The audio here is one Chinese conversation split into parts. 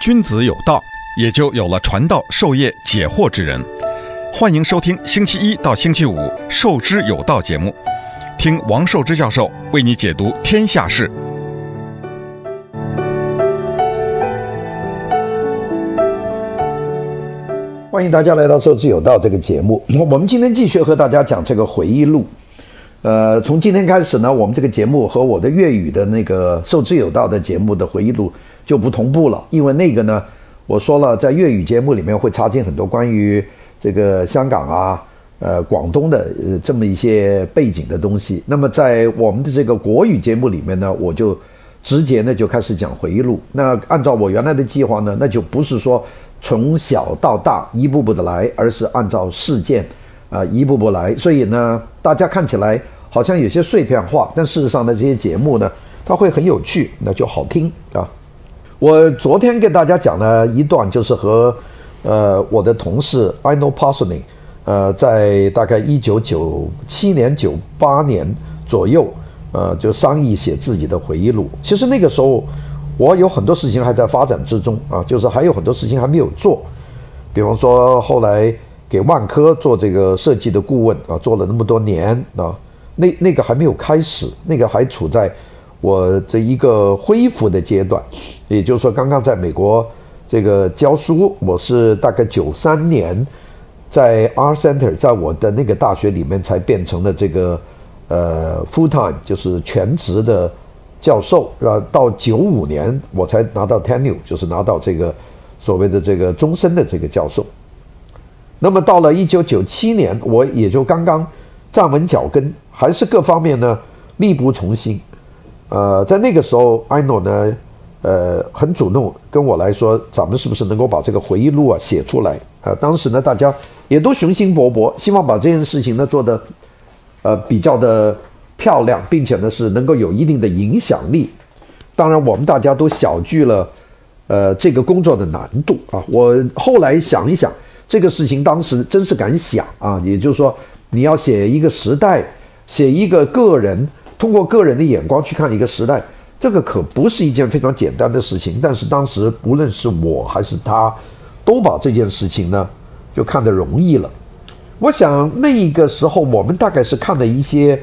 君子有道，也就有了传道授业解惑之人。欢迎收听星期一到星期五《授之有道》节目，听王寿之教授为你解读天下事。 欢迎大家来到《授之有道》这个节目。我们今天继续和大家讲这个回忆录。从今天开始呢，我们这个节目和我的粤语的那个《授之有道》的节目的回忆录就不同步了，因为那个呢，我说了，在粤语节目里面会插进很多关于这个香港啊、广东的这么一些背景的东西。那么在我们的这个国语节目里面呢，我就直接呢就开始讲回忆录。那按照我原来的计划呢，那就不是说从小到大一步步的来，而是按照事件一步步来。所以呢，大家看起来好像有些碎片化，但事实上呢，这些节目呢，它会很有趣，那就好听啊。我昨天给大家讲了一段，就是和我的同事 Arnold Parsonage 在大概1997年、98年左右就商议写自己的回忆录。其实那个时候我有很多事情还在发展之中啊，就是还有很多事情还没有做。比方说后来给万科做这个设计的顾问啊，做了那么多年啊，那个还没有开始，那个还处在我这一个恢复的阶段。也就是说，刚刚在美国这个教书，我是大概93年在 Art Center， 在我的那个大学里面才变成了这个full time， 就是全职的教授。到95年我才拿到 tenure， 就是拿到这个所谓的这个终身的这个教授。那么到了1997年，我也就刚刚站稳脚跟，还是各方面呢力不从心。在那个时候 Arnold 呢很主动跟我来说，咱们是不是能够把这个回忆录写出来。当时呢大家也都雄心勃勃，希望把这件事情呢做得比较的漂亮，并且呢是能够有一定的影响力。当然我们大家都小觑了这个工作的难度啊。我后来想一想，这个事情当时真是敢想啊，也就是说你要写一个时代，写一个个人，通过个人的眼光去看一个时代，这个可不是一件非常简单的事情。但是当时无论是我还是他，都把这件事情呢就看得容易了。我想那个时候我们大概是看了一些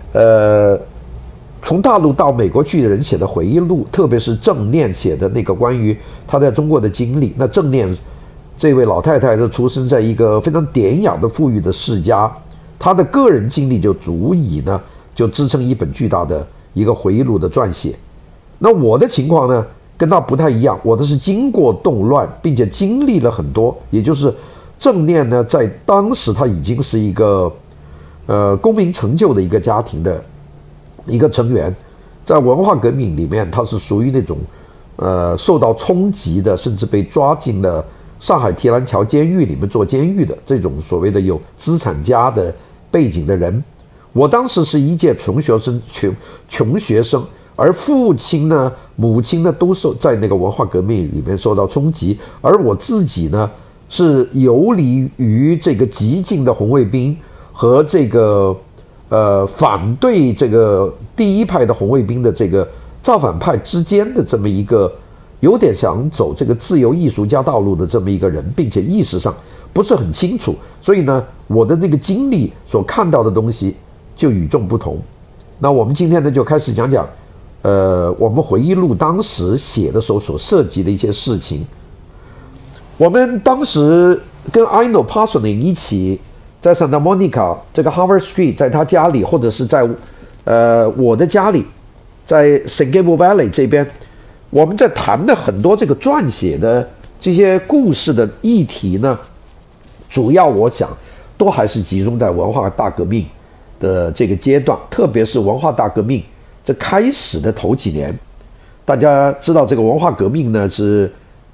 从大陆到美国去的人写的回忆录，特别是郑念写的那个关于他在中国的经历。那郑念这位老太太是出生在一个非常典雅的富裕的世家，她的个人经历就足以呢就支撑一本巨大的一个回忆录的撰写。那我的情况呢跟他不太一样，我的是经过动乱，并且经历了很多。也就是郑念呢在当时他已经是一个功名成就的一个家庭的一个成员，在文化革命里面他是属于那种受到冲击的，甚至被抓进了上海提篮桥监狱里面做监狱的这种所谓的有资产家的背景的人。我当时是一届穷学生，而父亲呢母亲呢都在那个文化革命里面受到冲击，而我自己呢是游离于这个激进的红卫兵和这个反对这个第一派的红卫兵的这个造反派之间的这么一个有点想走这个自由艺术家道路的这么一个人，并且意识上不是很清楚。所以呢我的那个经历所看到的东西就与众不同。那我们今天呢就开始讲讲我们回忆录当时写的时候所涉及的一些事情。我们当时跟 Arnold Parsonage 一起在 Santa Monica 这个 Harvard Street， 在他家里，或者是在我的家里，在 San Gabriel Valley 这边，我们在谈的很多这个撰写的这些故事的议题呢，主要我想都还是集中在文化大革命的这个阶段，特别是文化大革命这开始的头几年。大家知道这个文化革命呢是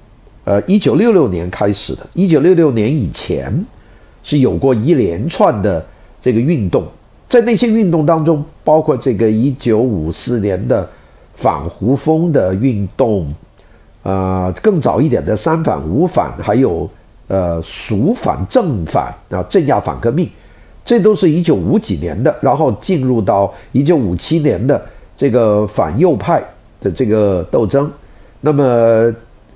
1966年开始的，1966年以前是有过一连串的这个运动。在那些运动当中，包括这个1954年的反胡风的运动，更早一点的三反五反，还有蜀反正反镇压反革命，这都是1950几年的。然后进入到1957年的这个反右派的这个斗争。那么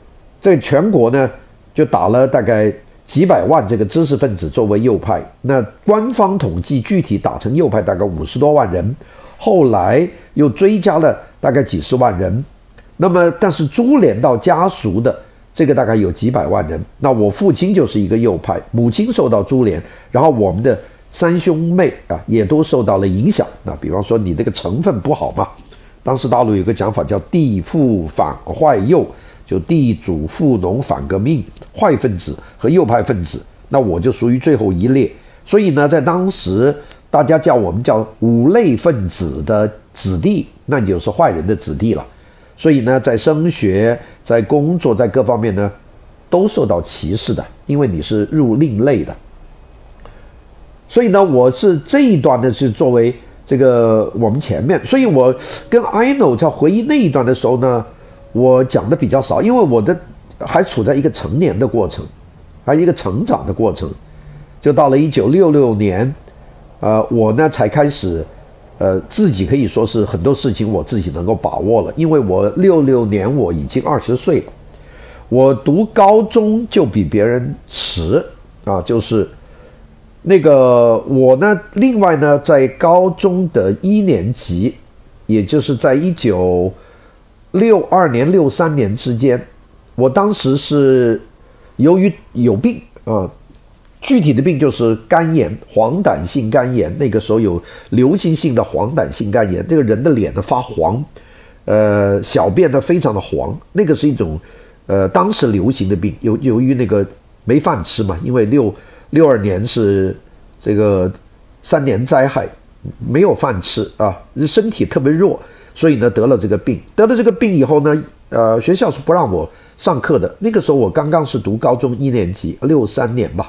在全国呢就打了大概几百万这个知识分子作为右派，那官方统计具体打成右派大概50多万人，后来又追加了大概几十万人。那么但是株连到家属的这个大概有几百万人。那我父亲就是一个右派，母亲受到株连，然后我们的三兄妹啊也都受到了影响。那比方说你这个成分不好嘛，当时大陆有个讲法叫地富反坏右，就地主富农反革命，坏分子和右派分子，那我就属于最后一列。所以呢在当时大家叫我们叫五类分子的子弟，那你就是坏人的子弟了。所以呢在升学在工作在各方面呢都受到歧视的，因为你是入另类的。所以呢我是这一段呢是作为这个我们前面，所以我跟 Ino 在回忆那一段的时候呢，我讲的比较少，因为我的还处在一个成年的过程，还有一个成长的过程。就到了1966年我呢才开始自己可以说是很多事情我自己能够把握了，因为我66年我已经20岁了。我读高中就比别人迟就是那个我呢另外呢在高中的1年级，也就是在1962年63年之间，我当时是由于有病具体的病就是肝炎，黄疸性肝炎。那个时候有流行性的黄疸性肝炎，这个人的脸呢发黄，小便呢非常的黄，那个是一种当时流行的病。由于那个没饭吃嘛，因为62年是这个3年灾害，没有饭吃身体特别弱，所以呢得了这个病。得了这个病以后呢学校是不让我上课的。那个时候我刚刚是读高中1年级，63年吧。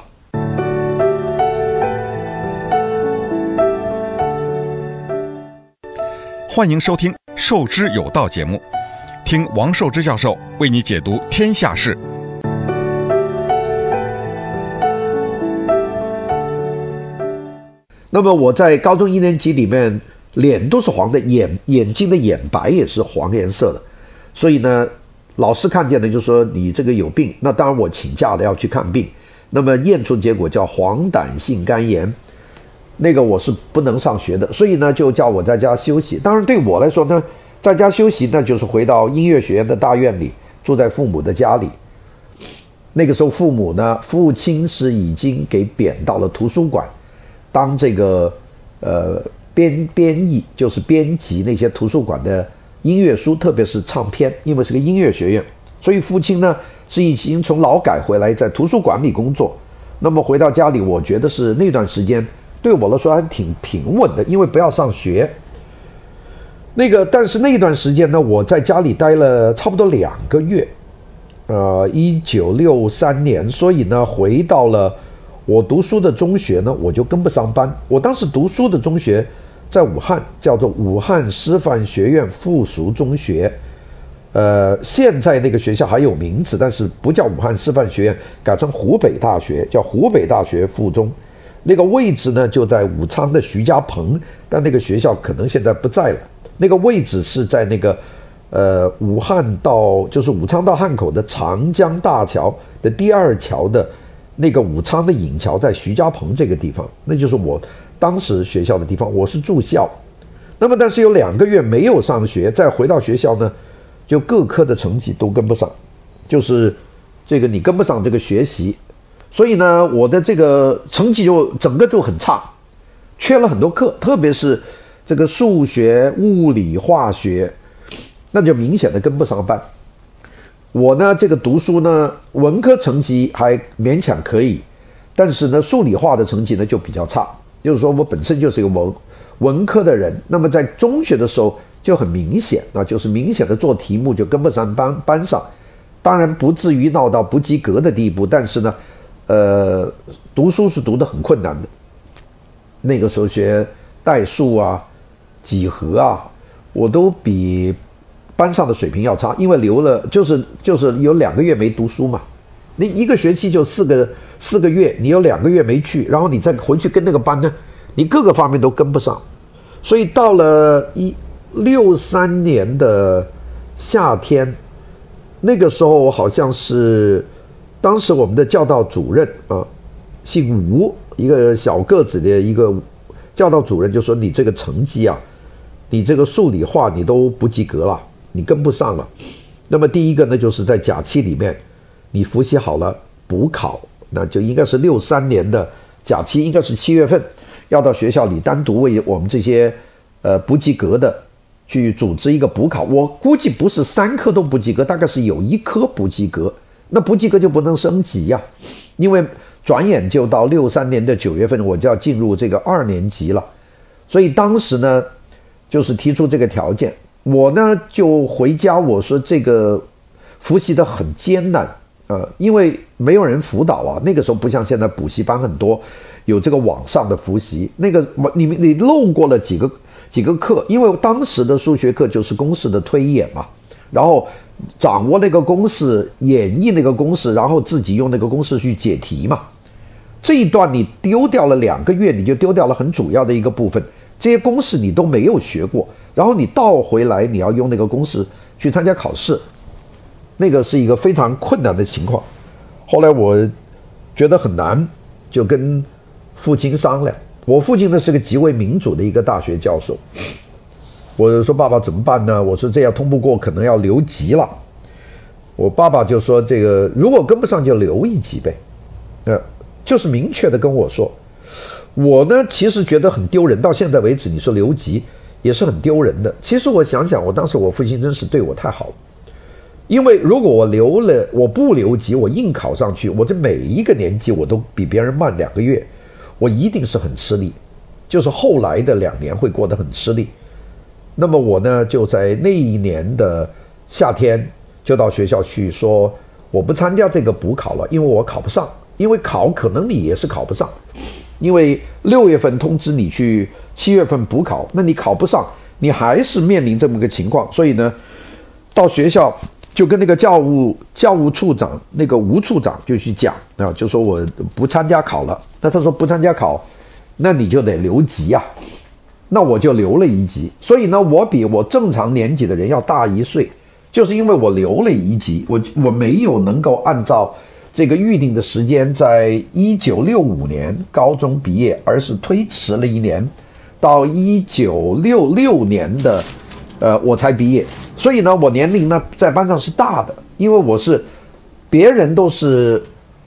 欢迎收听《授之有道》节目，听王寿之教授为你解读天下事。 那么我在高中1年级里面，脸都是黄的，眼睛的眼白也是黄颜色的，所以呢，老师看见了就说你这个有病。那当然我请假了要去看病，那么验出结果叫黄疸性肝炎。那个我是不能上学的，所以呢就叫我在家休息。当然对我来说呢，在家休息那就是回到音乐学院的大院里，住在父母的家里。那个时候父母呢，父亲是已经给贬到了图书馆当这个编译，就是编辑那些图书馆的音乐书，特别是唱片，因为是个音乐学院，所以父亲呢是已经从劳改回来，在图书馆里工作。那么回到家里，我觉得是那段时间对我来说还挺平稳的，因为不要上学。但是那段时间呢，我在家里待了差不多2个月，1963年，所以呢回到了我读书的中学呢，我就跟不上班。我当时读书的中学在武汉，叫做武汉师范学院附属中学。现在那个学校还有名字，但是不叫武汉师范学院，改成湖北大学，叫湖北大学附中。那个位置呢就在武昌的徐家棚，但那个学校可能现在不在了。那个位置是在那个武昌到汉口的长江大桥的第2桥的那个武昌的引桥，在徐家棚这个地方，那就是我当时学校的地方。我是住校，那么但是有2个月没有上学，再回到学校呢，就各科的成绩都跟不上，就是这个你跟不上这个学习。所以呢我的这个成绩就整个就很差，缺了很多课，特别是这个数学物理化学，那就明显的跟不上班。我呢这个读书呢文科成绩还勉强可以，但是呢数理化的成绩呢就比较差，就是说我本身就是一个文科的人。那么在中学的时候就很明显就是明显的做题目就跟不上班上，当然不至于闹到不及格的地步，但是呢读书是读得很困难的。那个时候学代数几何我都比班上的水平要差，因为留了就是有2个月没读书嘛。你1个学期就4个月，你有2个月没去，然后你再回去跟那个班呢，你各个方面都跟不上。所以到了63年的夏天， 那个时候好像是当时我们的教导主任姓吴，一个小个子的一个教导主任就说，你这个成绩啊，你这个数理化你都不及格了，你跟不上了。那么第一个呢，就是在假期里面你复习好了补考，那就应该是63年的假期，应该是7月份，要到学校里单独为我们这些不及格的去组织一个补考。我估计不是3科都不及格，大概是有1科不及格，那不及格就不能升级呀，因为转眼就到63年的9月份，我就要进入这个2年级了。所以当时呢，就是提出这个条件，我呢就回家，我说这个复习的很艰难，因为没有人辅导啊。那个时候不像现在补习班很多，有这个网上的复习。那个你漏过了几个课，因为当时的数学课就是公式的推演嘛，然后掌握那个公式，演绎那个公式，然后自己用那个公式去解题嘛。这一段你丢掉了2个月，你就丢掉了很主要的一个部分，这些公式你都没有学过，然后你倒回来你要用那个公式去参加考试，那个是一个非常困难的情况。后来我觉得很难，就跟父亲商量。我父亲呢是个极为民主的一个大学教授，我说爸爸怎么办呢？我说这样通不过可能要留级了。我爸爸就说这个如果跟不上就留1级呗，就是明确的跟我说。我呢其实觉得很丢人，到现在为止你说留级也是很丢人的。其实我想想，我当时我父亲真是对我太好了，因为如果我不留级，我硬考上去，我这每一个年级我都比别人慢2个月，我一定是很吃力，就是后来的2年会过得很吃力。那么我呢就在那一年的夏天就到学校去说，我不参加这个补考了，因为我考不上。因为考可能你也是考不上，因为6月份通知你去7月份补考，那你考不上，你还是面临这么个情况。所以呢，到学校就跟那个教务处长那个吴处长就去讲就说我不参加考了。那他说不参加考，那你就得留级啊。那我就留了1级，所以呢，我比我正常年级的人要大1岁，就是因为我留了1级，我没有能够按照这个预定的时间在1965年高中毕业，而是推迟了1年，到1966年的我才毕业。所以呢，我年龄呢在班上是大的，因为别人都是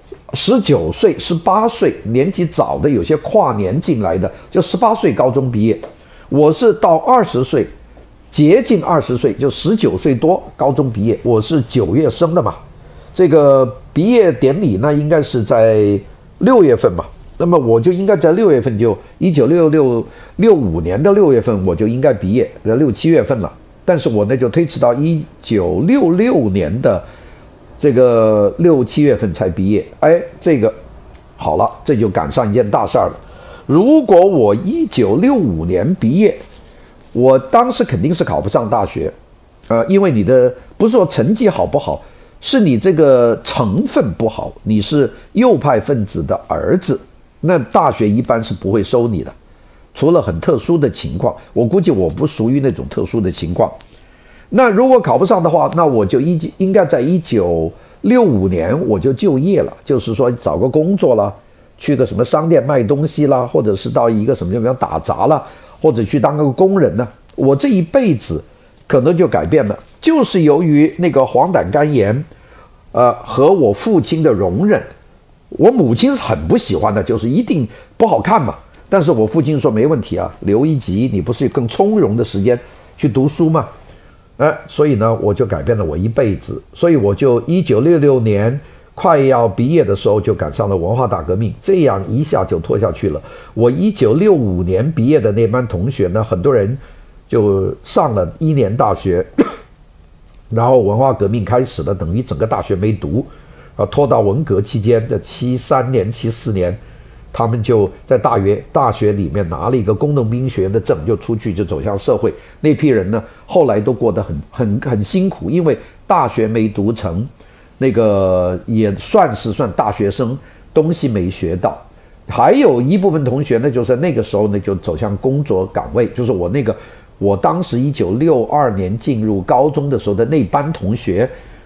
19岁、18岁，年纪早的有些跨年进来的，就18岁高中毕业。我是到20岁，接近20岁，就19岁多高中毕业。我是9月生的嘛。这个毕业典礼呢，应该是在6月份嘛，那么我就应该在6月份，就1965年的6月份我就应该毕业，6、7月份了。但是我呢就推迟到1966年的这个6、7月份才毕业。这个好了，这就赶上一件大事了。如果我1965年毕业，我当时肯定是考不上大学，因为你的不是说成绩好不好，是你这个成分不好，你是右派分子的儿子，那大学一般是不会收你的，除了很特殊的情况。我估计我不属于那种特殊的情况。那如果考不上的话，那我就应该在1965年我就就业了，就是说找个工作了，去个什么商店卖东西啦，或者是到一个什么地方打杂啦，或者去当个工人呢。我这一辈子可能就改变了，就是由于那个黄疸肝炎，和我父亲的容忍。我母亲是很不喜欢的，就是一定不好看嘛。但是我父亲说没问题啊，留1级，你不是更从容的时间去读书吗？所以呢，我就改变了我一辈子。所以我就1966年快要毕业的时候就赶上了文化大革命，这样一下就拖下去了。我1965年毕业的那班同学呢，很多人就上了1年大学，然后文化革命开始了，等于整个大学没读，拖到文革期间的73年、74年，他们就在大学里面拿了一个工农兵学院的证，就出去就走向社会。那批人呢，后来都过得很辛苦，因为大学没读成，那个也算大学生，东西没学到。还有一部分同学呢，就是那个时候呢就走向工作岗位，就是我当时1962年进入高中的时候的那班同学，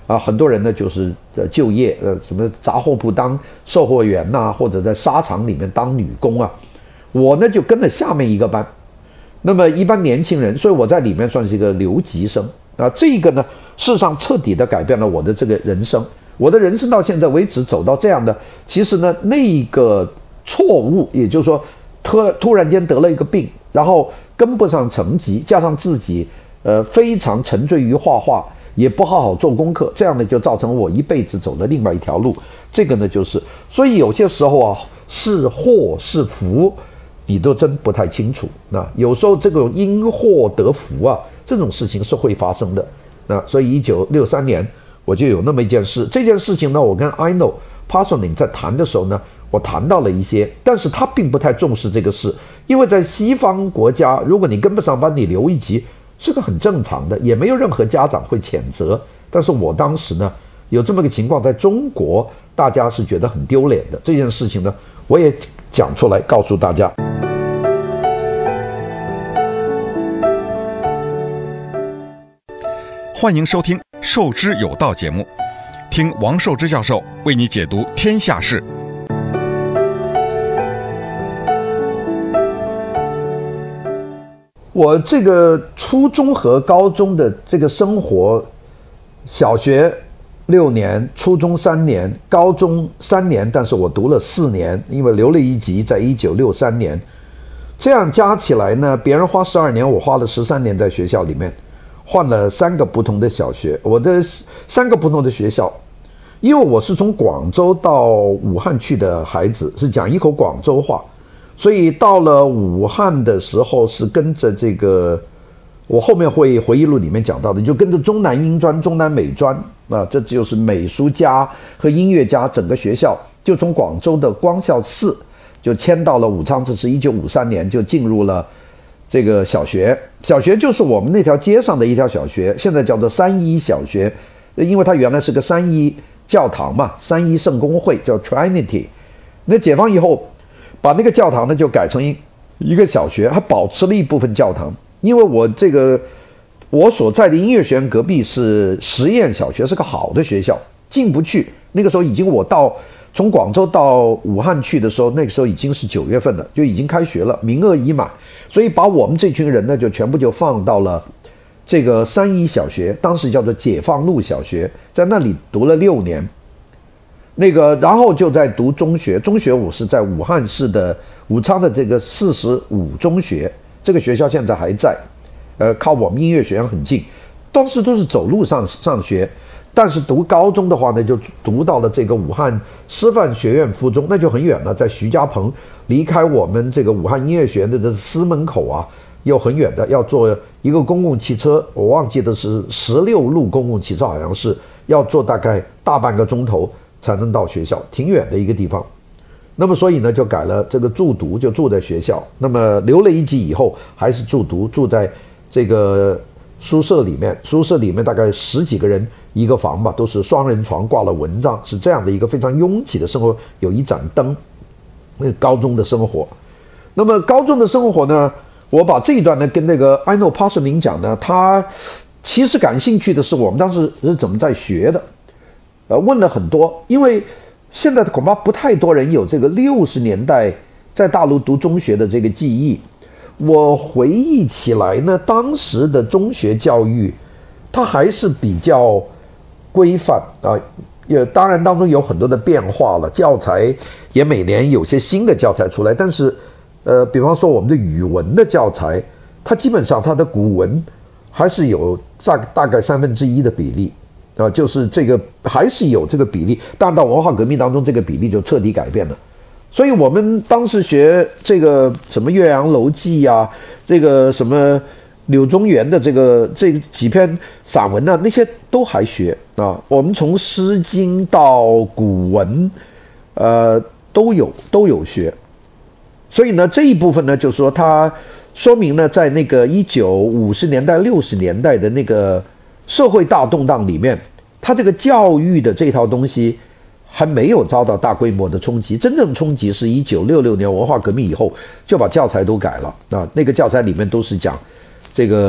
很多人呢就是就业，什么杂货铺当售货员呐，或者在沙场里面当女工啊。我呢就跟了下面一个班，那么一般年轻人，所以我在里面算是一个留级生啊。这个呢，事实上彻底的改变了我的这个人生。我的人生到现在为止走到这样的，其实呢那个错误，也就是说突然间得了一个病，然后跟不上成绩，加上自己非常沉醉于画画，也不好好做功课，这样呢就造成我一辈子走的另外一条路。这个呢就是，所以有些时候啊，是祸是福，你都真不太清楚。那有时候这种因祸得福啊，这种事情是会发生的。那所以1963年我就有那么一件事，这件事情呢，我跟 Ino Pasolini 在谈的时候呢，我谈到了一些，但是他并不太重视这个事，因为在西方国家，如果你跟不上班，你留一级是个很正常的，也没有任何家长会谴责。但是我当时呢，有这么个情况，在中国大家是觉得很丢脸的。这件事情呢，我也讲出来告诉大家。 欢迎收听《授之有道》节目，听王寿之教授为你解读天下事。 我这个初中和高中的这个生活，小学6年，初中3年，高中3年，但是我读了4年，因为留了一级，在1963年，这样加起来呢，别人花12年，我花了13年在学校里面。换了3个不同的小学，我的3个不同的学校，因为我是从广州到武汉去的孩子，是讲一口广州话，所以到了武汉的时候是跟着这个，我后面会回忆录里面讲到的，就跟着中南英专、中南美专啊，这就是美术家和音乐家整个学校，就从广州的光孝寺就迁到了武昌，这是1953年就进入了这个小学就是我们那条街上的一条小学，现在叫做3一小学，因为它原来是个3一教堂嘛，3一圣公会叫 Trinity。那解放以后，把那个教堂呢就改成一个小学，还保持了一部分教堂。因为我所在的音乐学院隔壁是实验小学，是个好的学校，进不去。那个时候已经从广州到武汉去的时候，那个时候已经是9月份了，就已经开学了，名额已满，所以把我们这群人呢就全部就放到了这个3一小学，当时叫做解放路小学，在那里读了6年。然后就在读中学我是在武汉市的武昌的这个45中学，这个学校现在还在，靠我们音乐学院很近，当时都是走路上学。但是读高中的话呢，就读到了这个武汉师范学院附中，那就很远了，在徐家棚，离开我们这个武汉音乐学院的这司门口啊，又很远的，要坐一个公共汽车，我忘记的是16路公共汽车，好像是要坐大概大半个钟头才能到学校，挺远的一个地方。那么所以呢，就改了这个住读，就住在学校。那么留了一级以后，还是住读，住在这个宿舍里面大概10几个人一个房吧，都是双人床，挂了蚊帐，是这样的一个非常拥挤的生活，有一盏灯。那个高中的生活，那么高中的生活呢，我把这一段呢跟那个 Ino Pasolini 讲呢，他其实感兴趣的是我们当时是怎么在学的，问了很多，因为现在恐怕不太多人有这个60年代在大陆读中学的这个记忆。我回忆起来呢，当时的中学教育它还是比较规范啊，也当然当中有很多的变化了，教材也每年有些新的教材出来，但是比方说我们的语文的教材，它基本上它的古文还是有大概1/3的比例啊，就是这个还是有这个比例，当然到文化革命当中这个比例就彻底改变了。所以我们当时学这个什么《岳阳楼记》啊，这个什么柳宗元的这几篇散文啊，那些都还学啊。我们从《诗经》到古文，都有学。所以呢，这一部分呢，就是说它说明呢，在那个1950年代、60年代的那个社会大动荡里面，它这个教育的这套东西还没有遭到大规模的冲击，真正冲击是1966年文化革命以后，就把教材都改了啊。那个教材里面都是讲这个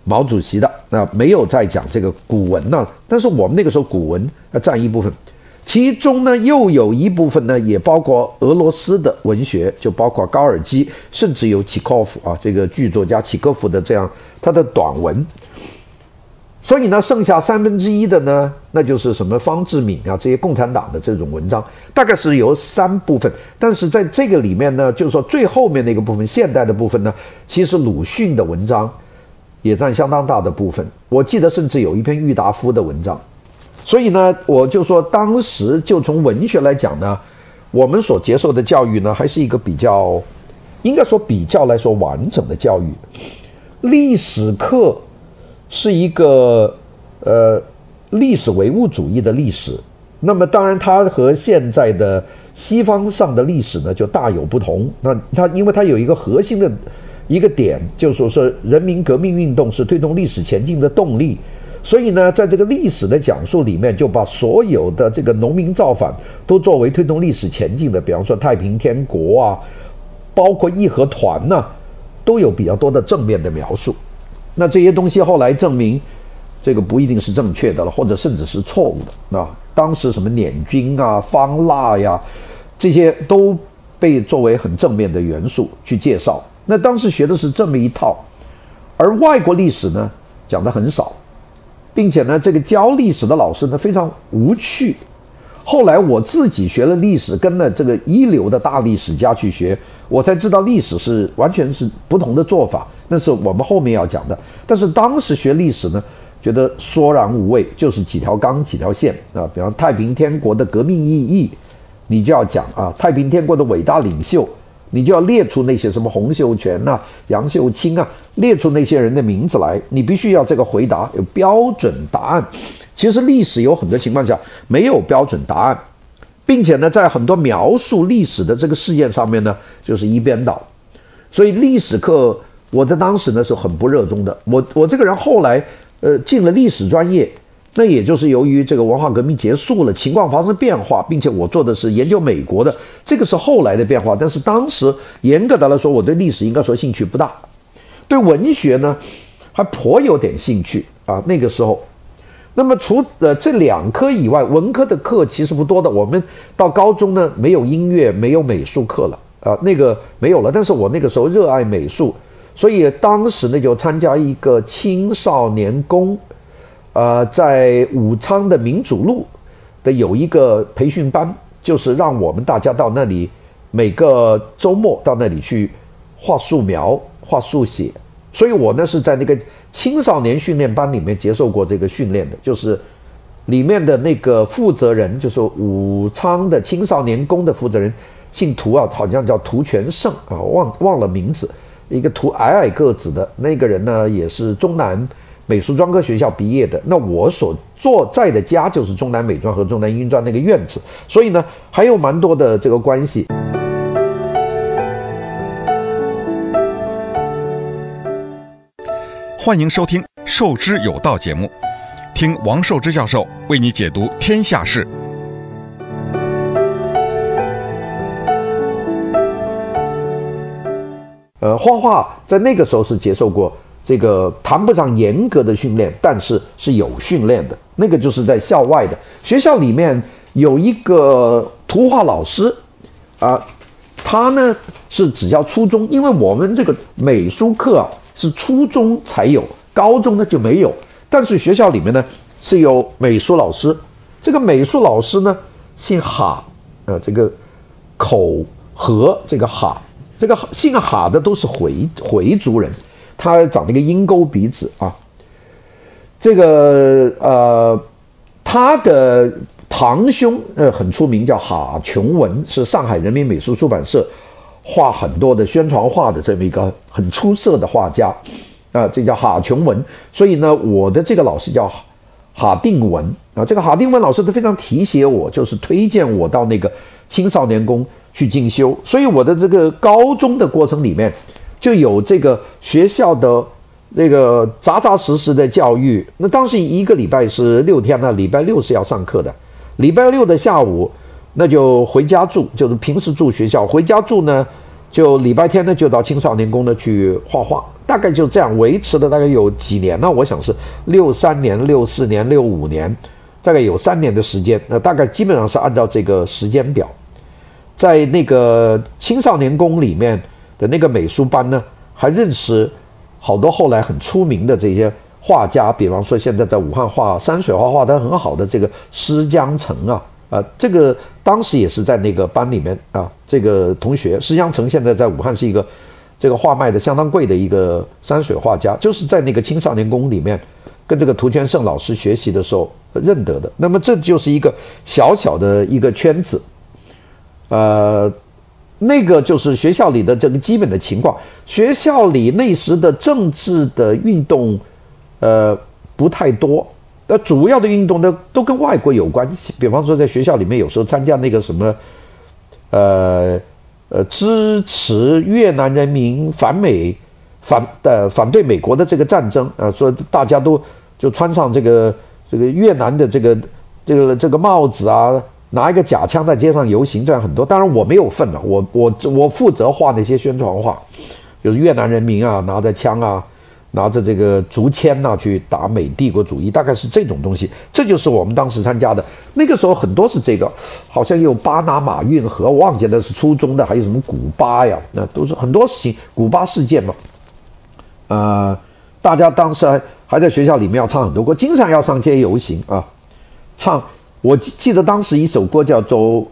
毛主席的，没有在讲这个古文呢。但是我们那个时候古文占一部分，其中呢又有一部分呢也包括俄罗斯的文学，就包括高尔基，甚至有契诃夫啊，这个剧作家契诃夫的这样他的短文。所以呢，剩下1/3的呢，那就是什么方志敏啊这些共产党的这种文章，大概是由3部分。但是在这个里面呢，就是说最后面那个部分，现代的部分呢，其实鲁迅的文章也占相当大的部分。我记得甚至有一篇郁达夫的文章。所以呢，我就说当时就从文学来讲呢，我们所接受的教育呢，还是一个比较，应该说比较来说完整的教育。历史课是一个历史唯物主义的历史，那么当然它和现在的西方上的历史呢就大有不同。那它因为它有一个核心的一个点，就是说人民革命运动是推动历史前进的动力，所以呢在这个历史的讲述里面，就把所有的这个农民造反都作为推动历史前进的，比方说太平天国啊，包括义和团呢，都有比较多的正面的描述。那这些东西后来证明这个不一定是正确的了，或者甚至是错误的。当时什么捻军啊、方腊呀，这些都被作为很正面的元素去介绍。那当时学的是这么一套，而外国历史呢讲得很少，并且呢这个教历史的老师呢非常无趣。后来我自己学了历史，跟了这个一流的大历史家去学，我才知道历史是完全是不同的做法，那是我们后面要讲的。但是当时学历史呢，觉得索然无味，就是几条纲几条线啊。比方太平天国的革命意义，你就要讲啊；太平天国的伟大领袖，你就要列出那些什么洪秀全啊、杨秀清啊，列出那些人的名字来，你必须要这个回答有标准答案。其实历史有很多情况下没有标准答案，并且呢，在很多描述历史的这个事件上面呢，就是一边倒。所以历史课我在当时呢是很不热衷的。我这个人后来进了历史专业，那也就是由于这个文化革命结束了，情况发生变化，并且我做的是研究美国的，这个是后来的变化。但是当时严格的来说，我对历史应该说兴趣不大，对文学呢还颇有点兴趣啊。那个时候。那么除了这2科以外，文科的课其实不多的。我们到高中呢，没有音乐，没有美术课了啊，那个没有了。但是我那个时候热爱美术，所以当时呢就参加一个青少年宫，在武昌的民主路的有一个培训班，就是让我们大家到那里每个周末到那里去画素描、画速写。所以我呢是在那个青少年训练班里面接受过这个训练的，就是里面的那个负责人，就是武昌的青少年宫的负责人，姓涂啊，好像叫涂全胜啊，忘了名字，一个矮个子的那个人呢，也是中南美术专科学校毕业的。那我所在的家就是中南美专和中南英专那个院子，所以呢还有蛮多的这个关系。 欢迎收听《授之有道》节目，听王寿之教授为你解读天下事。 画画在那个时候是接受过这个谈不上严格的训练，但是是有训练的。那个就是在校外的学校里面有一个图画老师啊，他呢是只教初中，因为我们这个美术课啊是初中才有，高中呢就没有。但是学校里面呢是有美术老师，这个美术老师呢姓哈，这个口和这个哈，这个姓哈的都是回族人，他长了一个鹰钩鼻子啊。这个他的堂兄很出名，叫哈琼文，是上海人民美术出版社画很多的宣传画的这么一个很出色的画家这叫哈琼文。所以呢，我的这个老师叫哈定文啊，这个哈定文老师都非常提携我，就是推荐我到那个青少年宫去进修。所以我的这个高中的过程里面就有这个学校的这个扎扎实实的教育。那当时一个礼拜是6天呢，礼拜6是要上课的，礼拜6的下午那就回家住，就是平时住学校，回家住呢就礼拜天呢就到青少年宫呢去画画。 大概就这样维持了大概有几年呢？我想是63年、64年、65年，大概有3年的时间。那大概基本上是按照这个时间表，在那个青少年宫里面的那个美术班呢，还认识好多后来很出名的这些画家，比方说现在在武汉画山水画画得很好的这个施江成这个当时也是在那个班里面这个同学施江成现在在武汉是一个这个画卖的相当贵的一个山水画家，就是在那个青少年宫里面跟这个涂全胜老师学习的时候认得的。那么这就是一个小小的一个圈子，那个就是学校里的这个基本的情况。学校里那时的政治的运动不太多，主要的运动呢都跟外国有关系，比方说在学校里面有时候参加那个什么支持越南人民反对美国的这个战争说大家都就穿上这个越南的这个帽子拿一个假枪在街上游行，这样很多。当然我没有份了，我负责画那些宣传画，就是越南人民拿着枪拿着这个竹签去打美帝国主义，大概是这种东西。这就是我们当时参加的。那个时候很多是这个，好像有巴拿马运河，我忘记了是初中的，还有什么古巴呀，那都是很多事情，古巴事件嘛。大家当时还在学校里面要唱很多歌，经常要上街游行唱。我记得当时一首歌叫做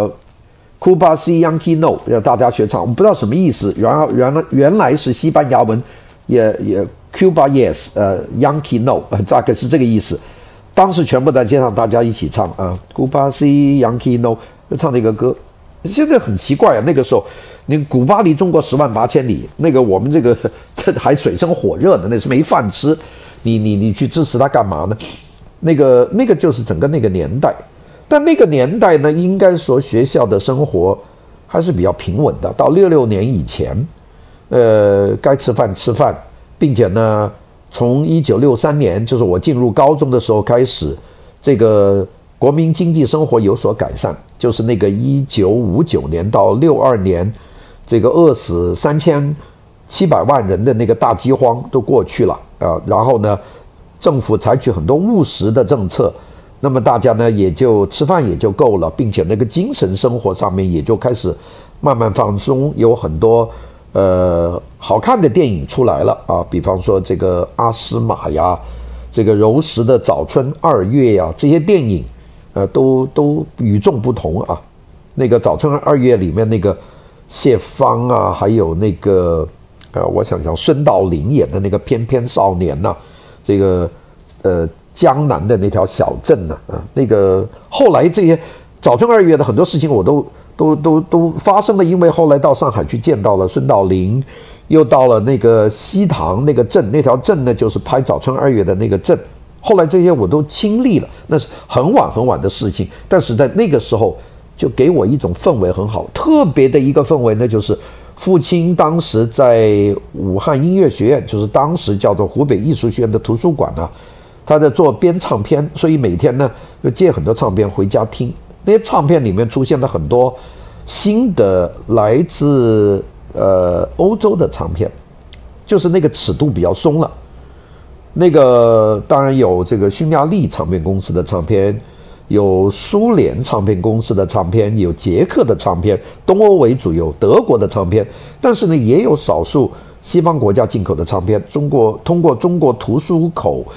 Cuba Si Yankee No， 要大家学唱，我不知道什么意思，原来是西班牙文。也 Cuba Yes Yankee No 大概是这个意思。当时全部在街上大家一起唱Cuba Si Yankee No， 唱这个歌。现在很奇怪那个时候那个古巴离中国10万8千里，那个我们这个还水深火热的，那是没饭吃，你去支持他干嘛呢？那个就是整个那个年代。但那个年代呢，应该说学校的生活还是比较平稳的。到66年以前该吃饭，并且呢，从1963年，就是我进入高中的时候开始，这个国民经济生活有所改善，就是那个1959年到62年，这个饿死3700万人的那个大饥荒都过去了然后呢，政府采取很多务实的政策，那么大家呢也就吃饭也就够了，并且那个精神生活上面也就开始慢慢放松，有很多好看的电影出来了比方说这个阿诗玛呀，这个柔石的早春2月呀，这些电影都与众不同那个早春2月里面那个谢芳还有那个我想想孙道临演的那个翩翩少年这个江南的那条小镇那个后来这些早春2月的很多事情我都发生了，因为后来到上海去见到了孙道临，又到了那个西塘那个镇，那条镇呢就是拍早春2月的那个镇。后来这些我都亲历了，那是很晚的事情，但是在那个时候就给我一种氛围很好，特别的一个氛围呢，就是父亲当时在武汉音乐学院，就是当时叫做湖北艺术学院的图书馆他在做编唱片，所以每天呢就借很多唱片回家听。那些唱片里面出现了很多新的来自欧洲的唱片，就是那个尺度比较松了。那个当然有这个匈牙利唱片公司的唱片，有苏联唱片公司的唱片，有捷克的唱片，东欧为主，有德国的唱片，但是呢也有少数西方国家进口的唱片。通过中国图书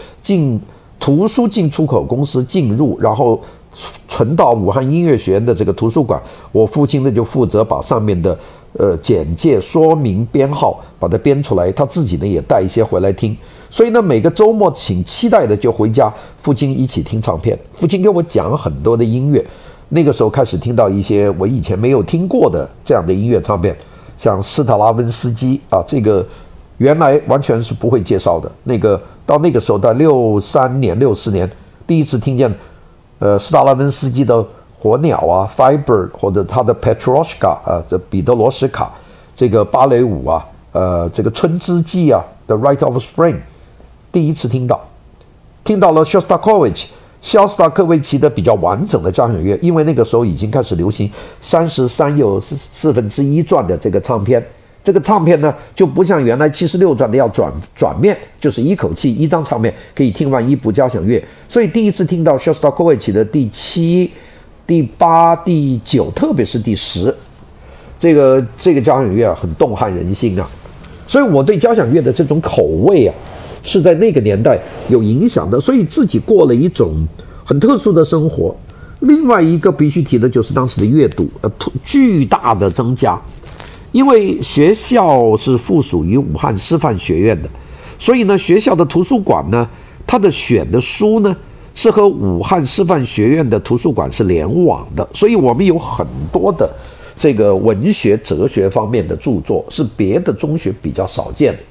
进出口公司进入，然后存到武汉音乐学院的这个图书馆，我父亲呢就负责把上面的简介、说明、编号把它编出来，他自己呢也带一些回来听。所以呢，每个周末挺期待的就回家，父亲一起听唱片。父亲给我讲很多的音乐，那个时候开始听到一些我以前没有听过的这样的音乐唱片，像斯特拉文斯基这个原来完全是不会介绍的。那个到那个时候，到63年、64年，第一次听见斯特拉文斯基的火鸟Firebird 或者他的 Petrushka 这彼得罗什卡这个芭蕾舞这个春之祭The Rite of Spring， 第一次听到了肖斯塔科维奇的比较完整的交响乐，因为那个时候已经开始流行33又1/4转的这个唱片， 这个唱片呢就不像原来76转的要转面，就是一口气一张唱片可以听完一部交响乐。所以第一次听到肖斯塔科维奇的第7、第8、第9，特别是第10，这个交响乐很动撼人心啊。所以我对交响乐的这种口味啊，是在那个年代有影响的，所以自己过了一种很特殊的生活。另外一个必须提的就是当时的阅读巨大的增加，因为学校是附属于武汉师范学院的，所以呢学校的图书馆呢，它的选的书呢是和武汉师范学院的图书馆是联网的，所以我们有很多的这个文学哲学方面的著作是别的中学比较少见的。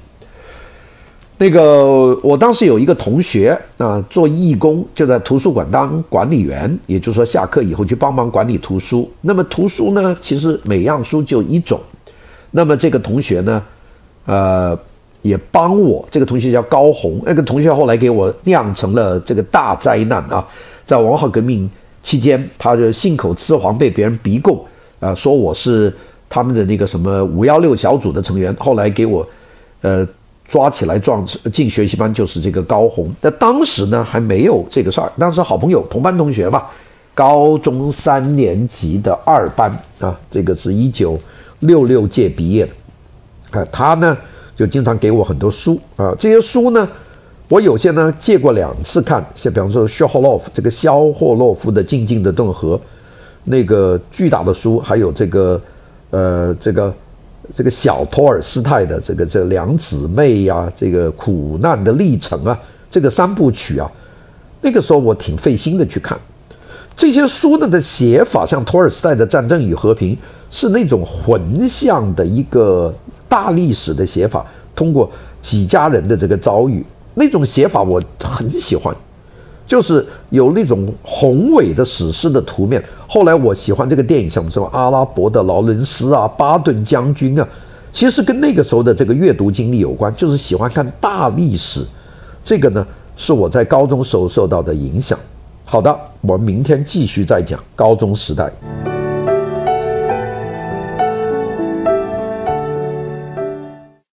我当时有一个同学做义工，就在图书馆当管理员，也就是说下课以后去帮忙管理图书。那么图书呢，其实每样书就一种。那么这个同学呢，也帮我，这个同学叫高红，那个同学后来给我酿成了这个大灾难啊！在文化革命期间，他就信口雌黄，被别人逼供，说我是他们的那个什么516小组的成员，后来给我抓起来进学习班，就是这个高红。那当时呢还没有这个事儿，当时好朋友同班同学吧，高中3年级的2班啊，这个是1966届毕业的，他呢就经常给我很多书啊，这些书呢我有些呢借过2次看，像比方说肖霍洛夫的《静静的顿河》，那个巨大的书，还有这个小托尔斯泰的这两姊妹呀，这个苦难的历程啊，这个3部曲啊，那个时候我挺费心的去看这些书的写法，像托尔斯泰的《战争与和平》是那种混像的一个大历史的写法，通过几家人的这个遭遇，那种写法我很喜欢，就是有那种宏伟的史诗的图面。后来我喜欢这个电影，像什么阿拉伯的劳伦斯啊、巴顿将军啊，其实跟那个时候的这个阅读经历有关，就是喜欢看大历史。这个呢是我在高中时候受到的影响。好的，我们明天继续再讲高中时代。